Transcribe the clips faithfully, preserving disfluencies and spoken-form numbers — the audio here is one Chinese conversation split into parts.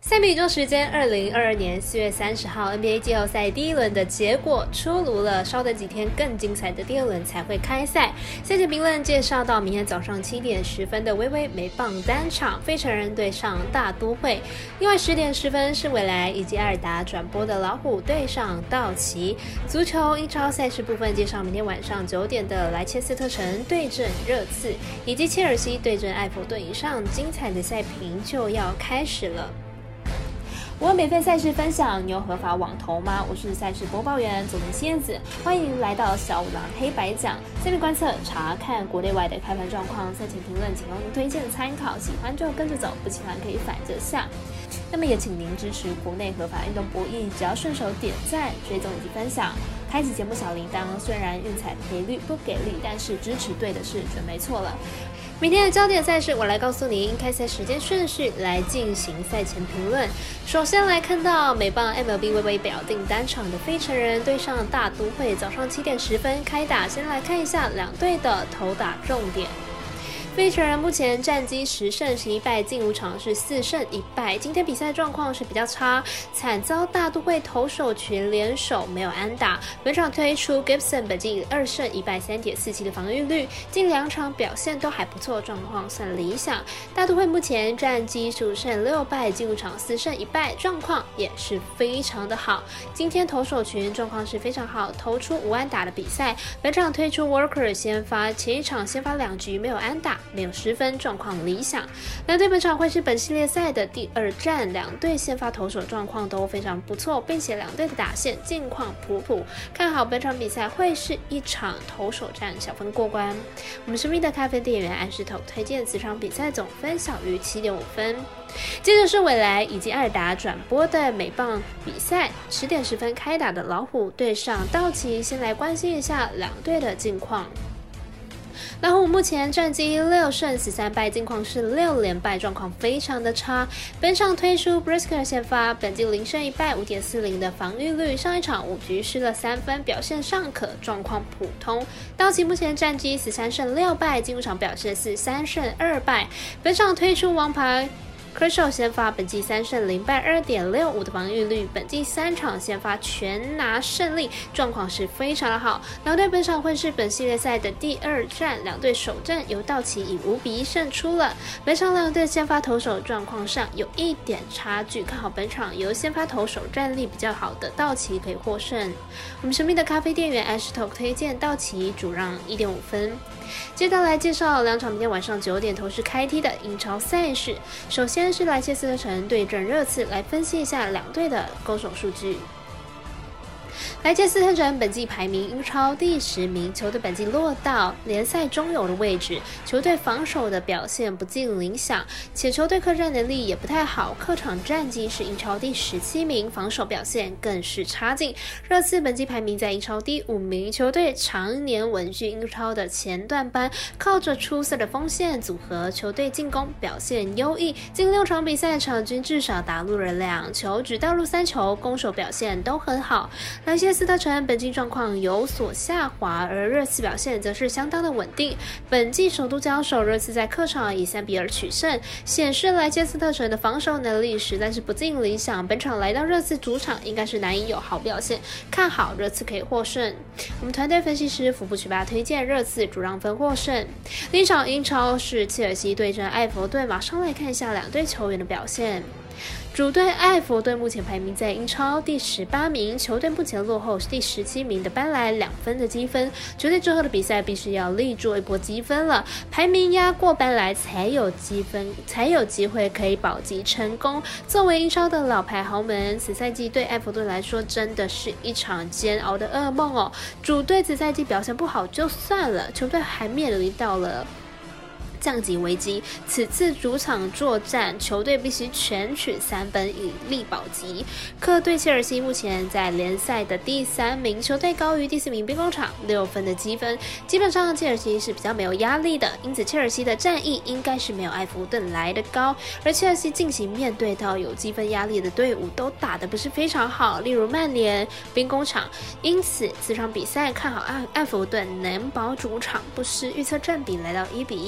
赛比宇宙时间，二零二二年四月三十号 N B A 季后赛第一轮的结果出炉了，稍等几天更精彩的第二轮才会开赛。赛前评论介绍到，明天早上七点十分的微微美棒单场，费城人对上大都会。另外十点十分是未来以及艾尔达转播的老虎对上道奇。足球英超赛事部分介绍，明天晚上九点的莱切斯特城对阵热刺，以及切尔西对阵艾弗顿，以上精彩的赛评就要开始了。我有免费赛事分享，你有合法网投吗？我是赛事播报员佐藤希燕子，欢迎来到小五郎黑白讲。下面观测查看国内外的开盘状况，赛前评论仅供推荐参考，喜欢就跟着走，不喜欢可以反着下。那么也请您支持国内合法运动博弈，只要顺手点赞、追踪以及分享。开启节目小铃铛，虽然运彩赔率不给力，但是支持对的事准没错了。明天的焦点赛事，我来告诉您开赛时间顺序来进行赛前评论。首先来看到美棒 M L B 微微表定单场的费城人对上大都会，早上七点十分开打。先来看一下两队的投打重点。费城人目前战绩十胜十一败，近五场是四胜一败。今天比赛状况是比较差，惨遭大都会投手群联手没有安打。本场推出 Gibson， 本季二胜一败 三点四七 的防御率，近两场表现都还不错，状况算理想。大都会目前战绩十五胜六败，近五场四胜一败，状况也是非常的好。今天投手群状况是非常好，投出无安打的比赛。本场推出 Worker 先发，前一场先发两局没有安打，没有失分，状况理想。两队本场会是本系列赛的第二战，两队先发投手状况都非常不错，并且两队的打线近况普普，看好本场比赛会是一场投手战，小分过关。我们神秘的咖啡店员安石头推荐此场比赛总分小于 七点五分。接着是未来以及艾尔达转播的美棒比赛，十点十分开打的老虎对上道奇，先来关心一下两队的近况。老虎目前战绩六胜十三败，近况是六连败，状况非常的差。本场推出 Brisker 先发，本季零胜一败 五点四零 的防御率，上一场五局失了三分，表现尚可，状况普通。道奇目前战绩十三胜六败，近五场表现是三胜二败。本场推出王牌Kershaw 先发，本季三胜零败 二点六五 的防御率，本季三场先发全拿胜利，状况是非常的好。两队本场会是本系列赛的第二战，两队首战由道奇以五比一胜出了。本场两队先发投手状况上有一点差距，看好本场由先发投手战力比较好的道奇可以获胜。我们神秘的咖啡店员 Ashtok 推荐道奇主让 一点五分。接下来介绍两场明天晚上九点同时开踢的英超赛事。首先是莱切斯特城对阵热刺，来分析一下两队的攻守数据。莱切斯特城本季排名英超第十名，球队本季落到联赛中游的位置，球队防守的表现不尽理想，且球队客战能力也不太好，客场战绩是英超第十七名，防守表现更是差劲。热刺本季排名在英超第五名，球队常年稳居英超的前段班，靠着出色的锋线组合，球队进攻表现优异，近六场比赛场均至少打入了两球，只倒入三球，攻守表现都很好。莱切斯特城本季状况有所下滑，而热刺表现则是相当的稳定。本季首度交手，热刺在客场以三比二取胜，显示莱切斯特城的防守能力实在是不尽理想。本场来到热刺主场，应该是难以有好表现，看好热刺可以获胜。我们团队分析师福布曲巴推荐热刺主让分获胜。另一场英超是切尔西对阵艾弗顿，马上来看一下两队球员的表现。主队艾弗顿目前排名在英超第十八名，球队目前落后第十七名的班莱两分的积分，球队之后的比赛必须要力做一波积分了，排名压过班莱才有积分，才有机会可以保级成功。作为英超的老牌豪门，此赛季对艾弗顿来说真的是一场煎熬的噩梦哦。主队此赛季表现不好就算了，球队还面临到了降级危机，此次主场作战，球队必须全取三分以力保级。客队切尔西目前在联赛的第三名，球队高于第四名兵工厂六分的积分，基本上切尔西是比较没有压力的，因此切尔西的战役应该是没有艾弗顿来的高。而切尔西进行面对到有积分压力的队伍都打得不是非常好，例如曼联、兵工厂，因此此场比赛看好艾艾弗顿能保主场不失，预测占比来到一比一、一比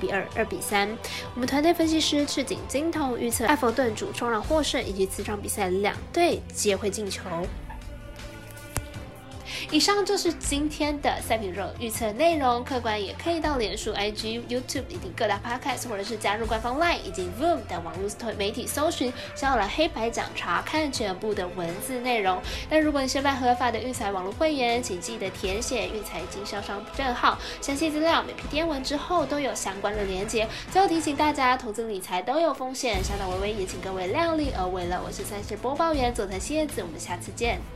比二、二比三。我们团队分析师赤井金童预测艾佛顿主冲浪获胜，以及此场比赛两队皆会进球。以上就是今天的赛评热预测内容，客观也可以到脸书、I G、YouTube 以及各大 Podcast， 或者是加入官方 LINE 以及 Voom 等网络媒体搜寻，想要来黑白讲查看全部的文字内容。但如果你申办合法的育才网络会员，请记得填写育才经销商证号，详细资料每篇贴文之后都有相关的连结。最后提醒大家，投资理财都有风险，下到微微也请各位量力而为了。我是赛事播报员佐藤蝎子，我们下次见。